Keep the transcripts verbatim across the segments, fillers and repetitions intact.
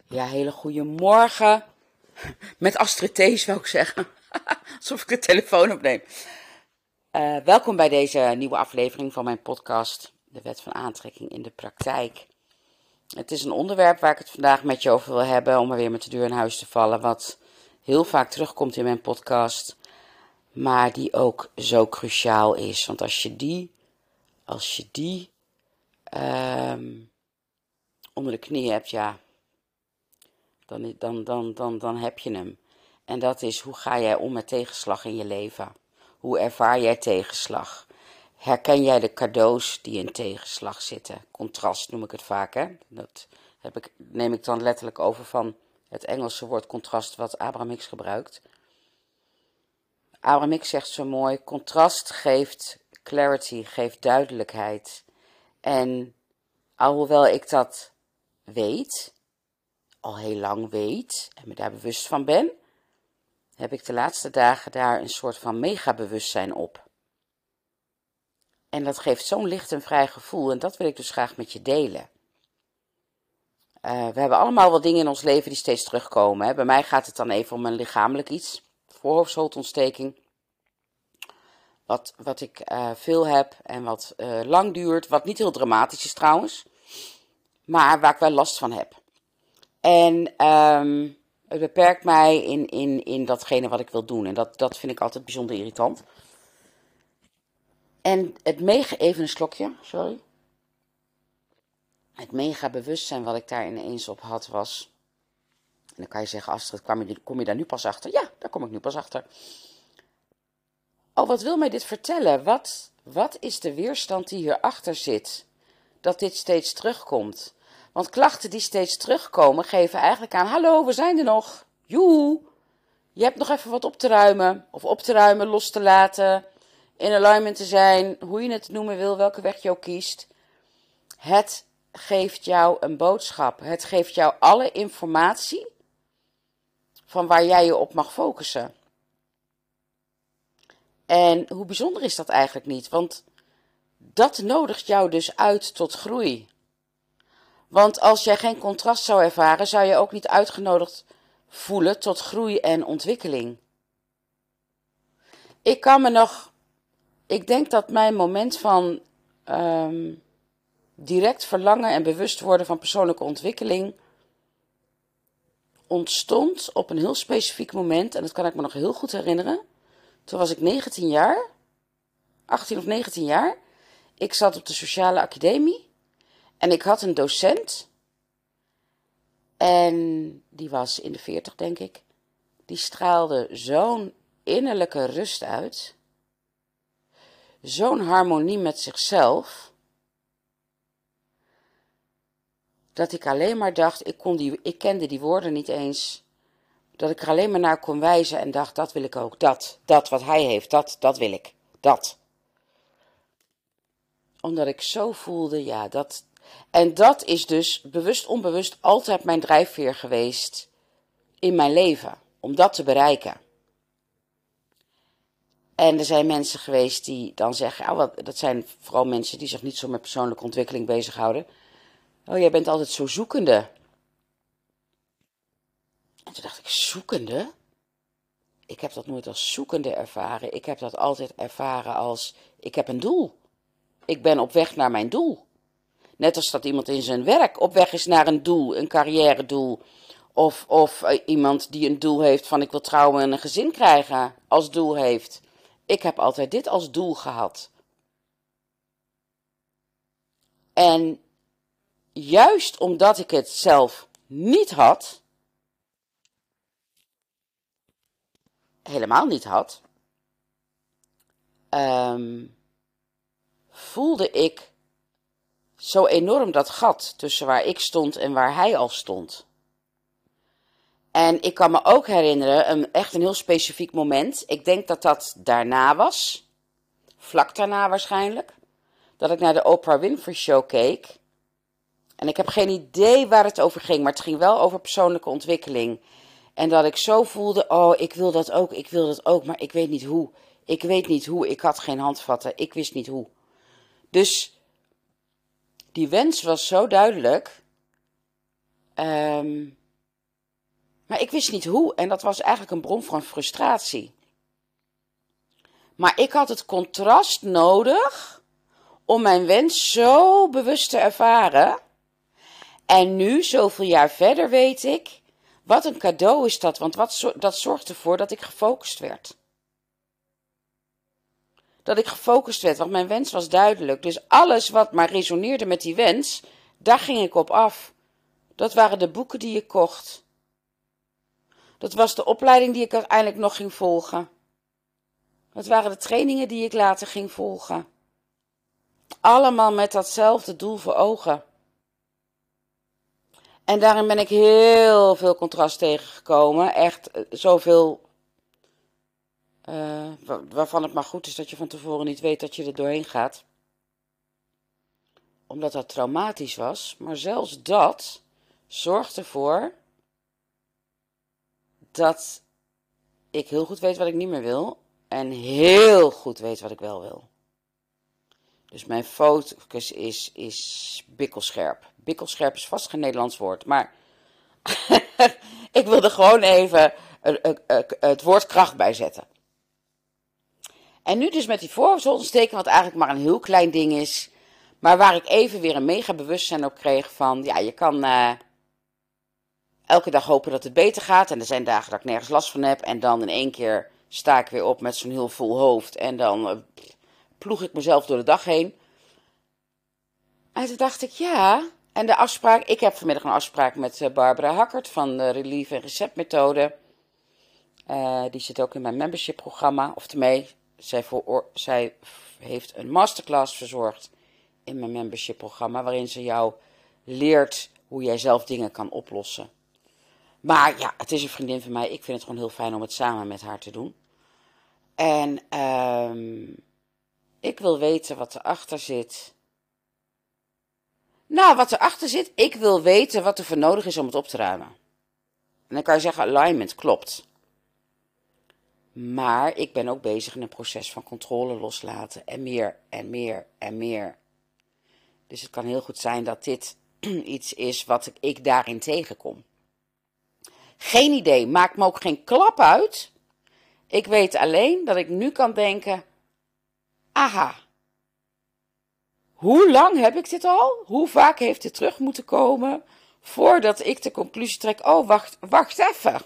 Ja, hele goede morgen. Met Astrid Thees, wou ik zeggen. Alsof ik de telefoon opneem. Uh, welkom bij deze nieuwe aflevering van mijn podcast, De Wet van Aantrekking in de Praktijk. Het is een onderwerp waar ik het vandaag met je over wil hebben, om er weer met de deur in huis te vallen, wat heel vaak terugkomt in mijn podcast, maar die ook zo cruciaal is. Want als je die, als je die um, onder de knie hebt, ja, dan, dan, dan, dan, dan heb je hem. En dat is, hoe ga jij om met tegenslag in je leven? Hoe ervaar jij tegenslag? Herken jij de cadeaus die in tegenslag zitten? Contrast noem ik het vaak, hè? Dat heb ik, neem ik dan letterlijk over van het Engelse woord contrast wat Abraham Hicks gebruikt. Abraham Hicks zegt zo mooi, contrast geeft clarity, geeft duidelijkheid. En alhoewel ik dat weet, al heel lang weet en me daar bewust van ben, heb ik de laatste dagen daar een soort van megabewustzijn op. En dat geeft zo'n licht en vrij gevoel en dat wil ik dus graag met je delen. Uh, we hebben allemaal wel dingen in ons leven die steeds terugkomen. Hè. Bij mij gaat het dan even om een lichamelijk iets, voorhoofdstoltontsteking. Wat, wat ik uh, veel heb en wat uh, lang duurt, wat niet heel dramatisch is trouwens, maar waar ik wel last van heb. En um, het beperkt mij in, in, in datgene wat ik wil doen. En dat, dat vind ik altijd bijzonder irritant. En het mega... Even een slokje, sorry. Het mega bewustzijn wat ik daar ineens op had was... En dan kan je zeggen, Astrid, kom je, kom je daar nu pas achter? Ja, daar kom ik nu pas achter. Oh, wat wil mij dit vertellen? Wat, wat is de weerstand die hierachter zit? Dat dit steeds terugkomt. Want klachten die steeds terugkomen geven eigenlijk aan, hallo, we zijn er nog. Joehoe, je hebt nog even wat op te ruimen. Of op te ruimen, los te laten, in alignment te zijn, hoe je het noemen wil, welke weg je ook kiest. Het geeft jou een boodschap. Het geeft jou alle informatie van waar jij je op mag focussen. En hoe bijzonder is dat eigenlijk niet? Want dat nodigt jou dus uit tot groei. Want als jij geen contrast zou ervaren, zou je ook niet uitgenodigd voelen tot groei en ontwikkeling. Ik kan me nog, ik denk dat mijn moment van um, direct verlangen en bewust worden van persoonlijke ontwikkeling ontstond op een heel specifiek moment. En dat kan ik me nog heel goed herinneren. Toen was ik negentien jaar, achttien of negentien jaar. Ik zat op de sociale academie. En ik had een docent, en die was in de veertig, denk ik. Die straalde zo'n innerlijke rust uit, zo'n harmonie met zichzelf, dat ik alleen maar dacht, ik, kon die, ik kende die woorden niet eens, dat ik er alleen maar naar kon wijzen en dacht, dat wil ik ook, dat, dat wat hij heeft, dat, dat wil ik, dat. Omdat ik zo voelde, ja, dat... En dat is dus bewust onbewust altijd mijn drijfveer geweest in mijn leven. Om dat te bereiken. En er zijn mensen geweest die dan zeggen, oh, wat, dat zijn vooral mensen die zich niet zo met persoonlijke ontwikkeling bezighouden. Oh, jij bent altijd zo zoekende. En toen dacht ik, zoekende? Ik heb dat nooit als zoekende ervaren. Ik heb dat altijd ervaren als, ik heb een doel. Ik ben op weg naar mijn doel. Net als dat iemand in zijn werk op weg is naar een doel, een carrière-doel. Of, of uh, iemand die een doel heeft van ik wil trouwen en een gezin krijgen als doel heeft. Ik heb altijd dit als doel gehad. En juist omdat ik het zelf niet had, helemaal niet had, um, voelde ik zo enorm dat gat tussen waar ik stond en waar hij al stond. En ik kan me ook herinneren, een, echt een heel specifiek moment. Ik denk dat dat daarna was. Vlak daarna waarschijnlijk. Dat ik naar de Oprah Winfrey Show keek. En ik heb geen idee waar het over ging. Maar het ging wel over persoonlijke ontwikkeling. En dat ik zo voelde, oh, ik wil dat ook, ik wil dat ook. Maar ik weet niet hoe. Ik weet niet hoe. Ik had geen handvatten. Ik wist niet hoe. Dus die wens was zo duidelijk. Um, Maar ik wist niet hoe en dat was eigenlijk een bron van frustratie. Maar ik had het contrast nodig om mijn wens zo bewust te ervaren. En nu, zoveel jaar verder, weet ik, wat een cadeau is dat, want wat, dat zorgt ervoor dat ik gefocust werd. Dat ik gefocust werd, want mijn wens was duidelijk. Dus alles wat maar resoneerde met die wens, daar ging ik op af. Dat waren de boeken die ik kocht. Dat was de opleiding die ik uiteindelijk nog ging volgen. Dat waren de trainingen die ik later ging volgen. Allemaal met datzelfde doel voor ogen. En daarin ben ik heel veel contrast tegengekomen. Echt zoveel, uh, waarvan het maar goed is dat je van tevoren niet weet dat je er doorheen gaat. Omdat dat traumatisch was. Maar zelfs dat zorgt ervoor dat ik heel goed weet wat ik niet meer wil. En heel goed weet wat ik wel wil. Dus mijn focus is, is bikkelscherp. Bikkelscherp is vast geen Nederlands woord. Maar ik wil er gewoon even het woord kracht bij zetten. En nu dus met die voorhoofdsontsteking, wat eigenlijk maar een heel klein ding is. Maar waar ik even weer een mega bewustzijn op kreeg van, ja, je kan uh, elke dag hopen dat het beter gaat. En er zijn dagen dat ik nergens last van heb. En dan in één keer sta ik weer op met zo'n heel vol hoofd. En dan uh, ploeg ik mezelf door de dag heen. En toen dacht ik, ja. En de afspraak, ik heb vanmiddag een afspraak met uh, Barbara Hackert van de Relief en Receptmethode. Uh, die zit ook in mijn membership programma. Of tenminste, zij, voor, zij heeft een masterclass verzorgd in mijn membership programma. Waarin ze jou leert hoe jij zelf dingen kan oplossen. Maar ja, het is een vriendin van mij. Ik vind het gewoon heel fijn om het samen met haar te doen. En uh, ik wil weten wat erachter zit. Nou, wat erachter zit, ik wil weten wat er voor nodig is om het op te ruimen. En dan kan je zeggen, alignment, klopt. Maar ik ben ook bezig in een proces van controle loslaten. En meer, en meer, en meer. Dus het kan heel goed zijn dat dit iets is wat ik, ik daarin tegenkom. Geen idee, maakt me ook geen klap uit. Ik weet alleen dat ik nu kan denken, aha. Hoe lang heb ik dit al? Hoe vaak heeft dit terug moeten komen voordat ik de conclusie trek, oh, wacht, wacht even.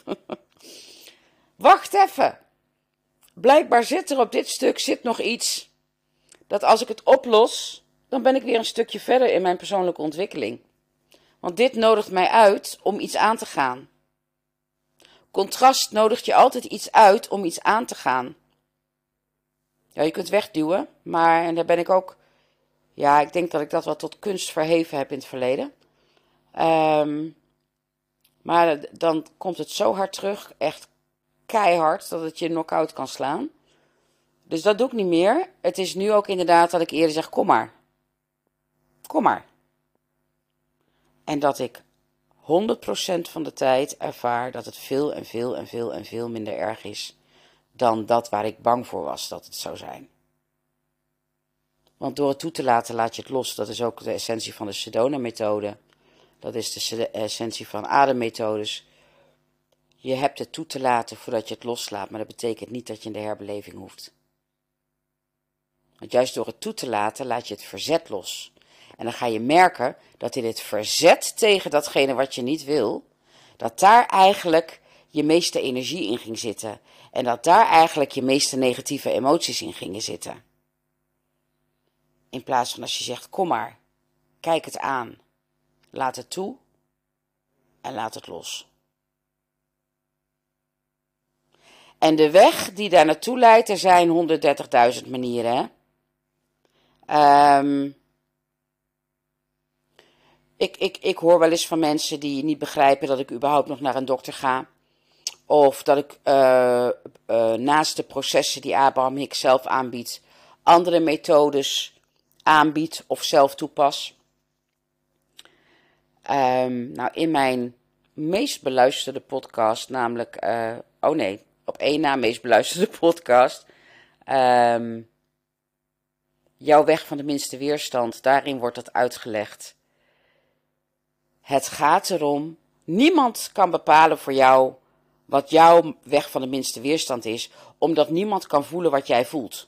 Wacht even. Blijkbaar zit er op dit stuk zit nog iets dat als ik het oplos, dan ben ik weer een stukje verder in mijn persoonlijke ontwikkeling. Want dit nodigt mij uit om iets aan te gaan. Contrast nodigt je altijd iets uit om iets aan te gaan. Ja, je kunt wegduwen, maar en daar ben ik ook. Ja, ik denk dat ik dat wel tot kunst verheven heb in het verleden. Um, maar dan komt het zo hard terug, echt keihard, dat het je knock-out kan slaan. Dus dat doe ik niet meer. Het is nu ook inderdaad dat ik eerder zeg, kom maar. Kom maar. En dat ik honderd procent van de tijd ervaar dat het veel en veel en veel en veel minder erg is dan dat waar ik bang voor was dat het zou zijn. Want door het toe te laten laat je het los. Dat is ook de essentie van de Sedona-methode. Dat is de essentie van ademmethodes. Je hebt het toe te laten voordat je het loslaat. Maar dat betekent niet dat je in de herbeleving hoeft. Want juist door het toe te laten laat je het verzet los. En dan ga je merken dat in het verzet tegen datgene wat je niet wil, dat daar eigenlijk je meeste energie in ging zitten. En dat daar eigenlijk je meeste negatieve emoties in gingen zitten. In plaats van als je zegt, kom maar, kijk het aan, laat het toe en laat het los. En de weg die daar naartoe leidt, er zijn honderddertigduizend manieren. Hè? Um, ik, ik, ik hoor wel eens van mensen die niet begrijpen dat ik überhaupt nog naar een dokter ga. Of dat ik uh, uh, naast de processen die Abraham Hicks zelf aanbiedt, andere methodes aanbied of zelf toepas. Um, nou, in mijn meest beluisterde podcast, namelijk, uh, oh nee, op één na meest beluisterde podcast, um, Jouw weg van de minste weerstand, daarin wordt dat uitgelegd. Het gaat erom Niemand kan bepalen voor jou wat jouw weg van de minste weerstand is, omdat niemand kan voelen wat jij voelt.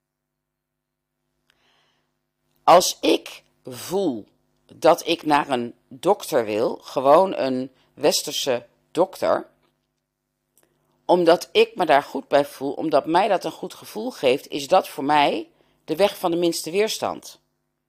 Als ik voel dat ik naar een dokter wil, gewoon een westerse dokter, omdat ik me daar goed bij voel, omdat mij dat een goed gevoel geeft, is dat voor mij de weg van de minste weerstand.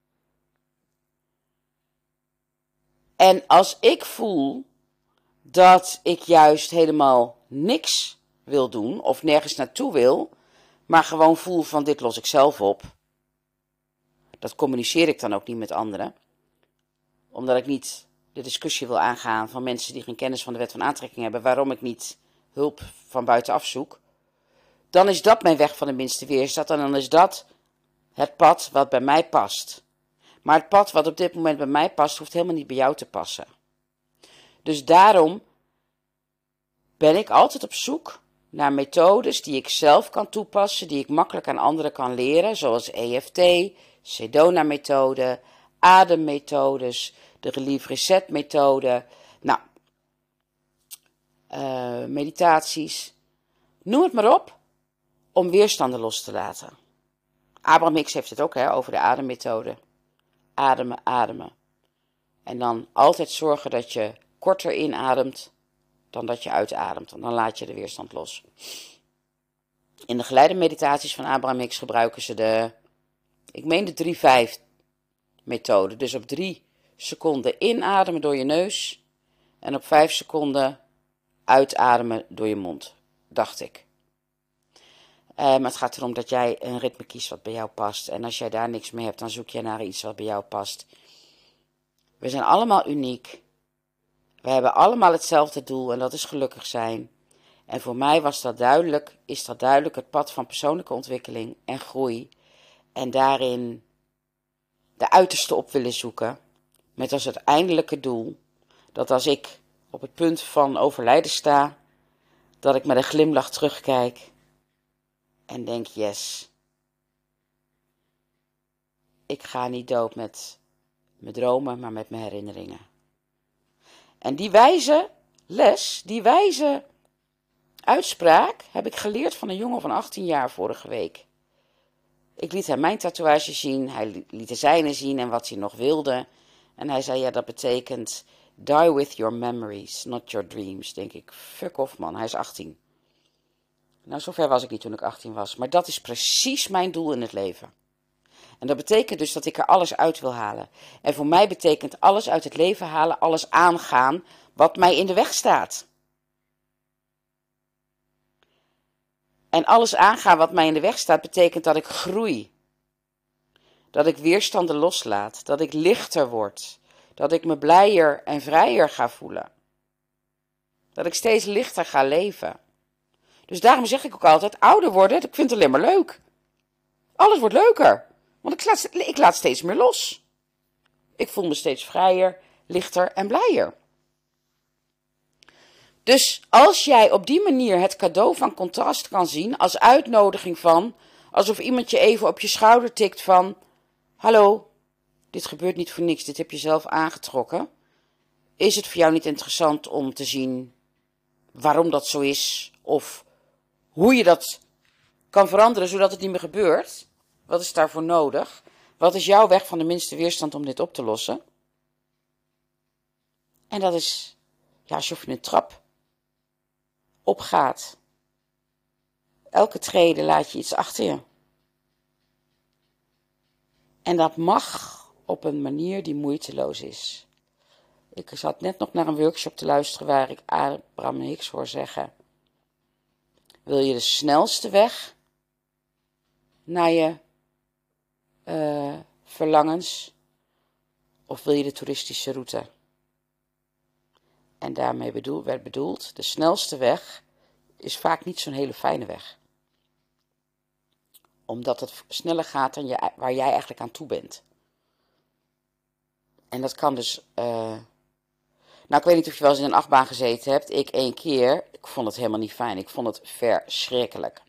En als ik voel dat ik juist helemaal niks wil doen of nergens naartoe wil, maar gewoon voel van dit los ik zelf op, dat communiceer ik dan ook niet met anderen, omdat ik niet de discussie wil aangaan van mensen die geen kennis van de wet van aantrekking hebben, waarom ik niet hulp van buitenaf zoek, dan is dat mijn weg van de minste weerstand en dan is dat het pad wat bij mij past. Maar het pad wat op dit moment bij mij past, hoeft helemaal niet bij jou te passen. Dus daarom ben ik altijd op zoek naar methodes die ik zelf kan toepassen, die ik makkelijk aan anderen kan leren, zoals E F T, Sedona-methode, ademmethodes, de Relief Reset methode, nou, uh, meditaties, noem het maar op, om weerstanden los te laten. Abraham Hicks heeft het ook hè, over de ademmethode. Ademen, ademen. En dan altijd zorgen dat je korter inademt dan dat je uitademt. En dan laat je de weerstand los. In de geleide meditaties van Abraham Hicks gebruiken ze de, ik meen de drie vijf methode. Dus op drie seconden inademen door je neus en op vijf seconden uitademen door je mond, dacht ik. Uh, maar het gaat erom dat jij een ritme kiest wat bij jou past. En als jij daar niks mee hebt, dan zoek je naar iets wat bij jou past. We zijn allemaal uniek. We hebben allemaal hetzelfde doel en dat is gelukkig zijn. En voor mij was dat duidelijk, is dat duidelijk het pad van persoonlijke ontwikkeling en groei. En daarin de uiterste op willen zoeken. Met als uiteindelijke doel dat als ik op het punt van overlijden sta, dat ik met een glimlach terugkijk. En denk, yes, ik ga niet dood met mijn dromen, maar met mijn herinneringen. En die wijze les, die wijze uitspraak heb ik geleerd van een jongen van achttien jaar vorige week. Ik liet hem mijn tatoeage zien, hij liet de zijne zien en wat hij nog wilde. En hij zei, ja, dat betekent die with your memories, not your dreams. Denk ik, fuck off man, hij is achttien. Nou, zover was ik niet toen ik achttien was. Maar dat is precies mijn doel in het leven. En dat betekent dus dat ik er alles uit wil halen. En voor mij betekent alles uit het leven halen, alles aangaan wat mij in de weg staat. En alles aangaan wat mij in de weg staat, betekent dat ik groei. Dat ik weerstanden loslaat. Dat ik lichter word. Dat ik me blijer en vrijer ga voelen. Dat ik steeds lichter ga leven. Dus daarom zeg ik ook altijd, ouder worden, ik vind het alleen maar leuk. Alles wordt leuker. Want ik laat, ik laat steeds meer los. Ik voel me steeds vrijer, lichter en blijer. Dus als jij op die manier het cadeau van contrast kan zien, als uitnodiging van, alsof iemand je even op je schouder tikt van, hallo, dit gebeurt niet voor niks, dit heb je zelf aangetrokken. Is het voor jou niet interessant om te zien waarom dat zo is, of hoe je dat kan veranderen zodat het niet meer gebeurt? Wat is daarvoor nodig? Wat is jouw weg van de minste weerstand om dit op te lossen? En dat is, ja, alsof je een trap opgaat. Elke trede laat je iets achter je. En dat mag op een manier die moeiteloos is. Ik zat net nog naar een workshop te luisteren waar ik Abraham Hicks hoor zeggen: wil je de snelste weg naar je uh, verlangens, of wil je de toeristische route? En daarmee bedoel, werd bedoeld, de snelste weg is vaak niet zo'n hele fijne weg. Omdat het sneller gaat dan je, waar jij eigenlijk aan toe bent. En dat kan dus, uh, nou ik weet niet of je wel eens in een achtbaan gezeten hebt, ik één keer, ik vond het helemaal niet fijn, ik vond het verschrikkelijk.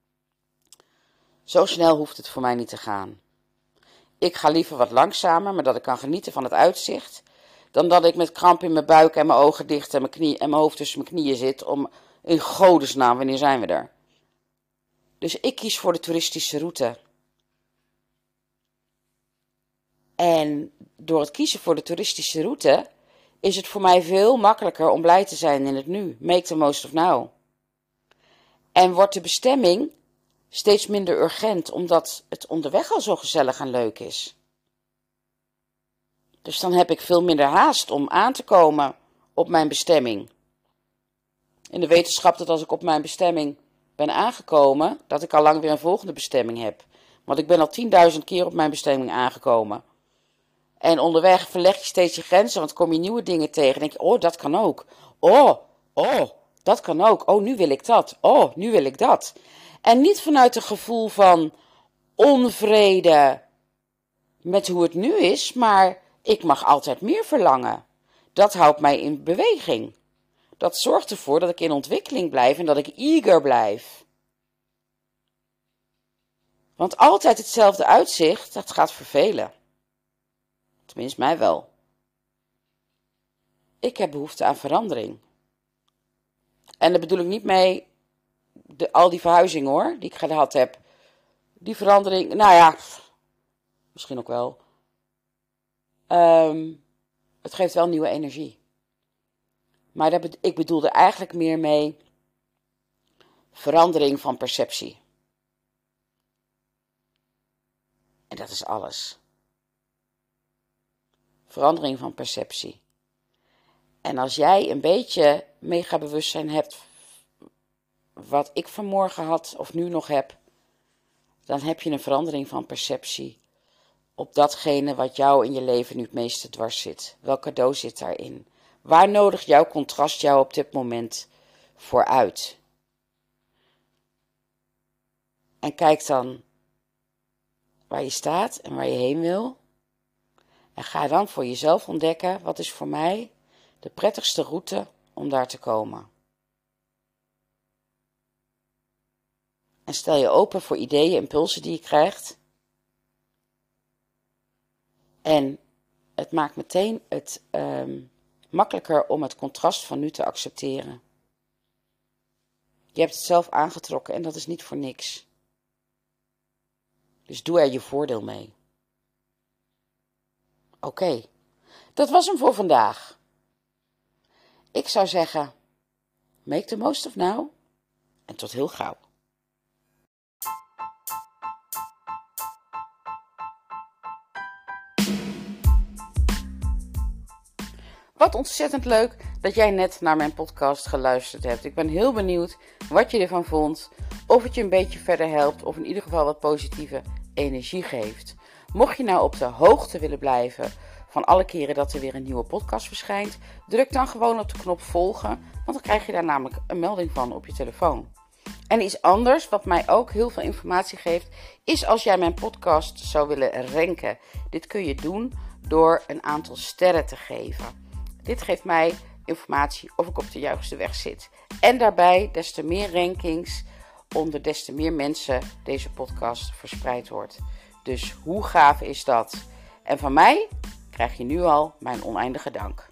Zo snel hoeft het voor mij niet te gaan. Ik ga liever wat langzamer, maar dat ik kan genieten van het uitzicht, dan dat ik met kramp in mijn buik en mijn ogen dicht en mijn, knie, en mijn hoofd tussen mijn knieën zit. Om, in godesnaam, wanneer zijn we er? Dus ik kies voor de toeristische route. En door het kiezen voor de toeristische route is het voor mij veel makkelijker om blij te zijn in het nu. Make the most of now. En wordt de bestemming steeds minder urgent, omdat het onderweg al zo gezellig en leuk is. Dus dan heb ik veel minder haast om aan te komen op mijn bestemming. In de wetenschap dat als ik op mijn bestemming ben aangekomen, dat ik al lang weer een volgende bestemming heb. Want ik ben al tienduizend keer op mijn bestemming aangekomen. En onderweg verleg je steeds je grenzen, want kom je nieuwe dingen tegen. En denk je, oh, dat kan ook. Oh, oh, dat kan ook. Oh, nu wil ik dat. Oh, nu wil ik dat. En niet vanuit een gevoel van onvrede met hoe het nu is, maar ik mag altijd meer verlangen. Dat houdt mij in beweging. Dat zorgt ervoor dat ik in ontwikkeling blijf en dat ik eager blijf. Want altijd hetzelfde uitzicht, dat gaat vervelen. Tenminste, mij wel. Ik heb behoefte aan verandering. En daar bedoel ik niet mee de, al die verhuizingen hoor, die ik gehad heb. Die verandering, nou ja, misschien ook wel. Um, het geeft wel nieuwe energie. Maar daar, ik bedoel er eigenlijk meer mee verandering van perceptie. En dat is alles. Verandering van perceptie. En als jij een beetje megabewustzijn hebt, wat ik vanmorgen had of nu nog heb, dan heb je een verandering van perceptie op datgene wat jou in je leven nu het meeste dwars zit. Welk cadeau zit daarin? Waar nodigt jouw contrast jou op dit moment voor uit? En kijk dan waar je staat en waar je heen wil. En ga dan voor jezelf ontdekken, wat is voor mij de prettigste route om daar te komen. En stel je open voor ideeën, impulsen die je krijgt. En het maakt meteen het um, makkelijker om het contrast van nu te accepteren. Je hebt het zelf aangetrokken en dat is niet voor niks. Dus doe er je voordeel mee. Oké, okay. Dat was hem voor vandaag. Ik zou zeggen, make the most of now en tot heel gauw. Wat ontzettend leuk dat jij net naar mijn podcast geluisterd hebt. Ik ben heel benieuwd wat je ervan vond. Of het je een beetje verder helpt of in ieder geval wat positieve energie geeft. Mocht je nou op de hoogte willen blijven van alle keren dat er weer een nieuwe podcast verschijnt, druk dan gewoon op de knop volgen, want dan krijg je daar namelijk een melding van op je telefoon. En iets anders, wat mij ook heel veel informatie geeft, is als jij mijn podcast zou willen ranken. Dit kun je doen door een aantal sterren te geven. Dit geeft mij informatie of ik op de juiste weg zit. En daarbij, des te meer rankings, onder des te meer mensen deze podcast verspreid wordt. Dus hoe gaaf is dat? En van mij krijg je nu al mijn oneindige dank.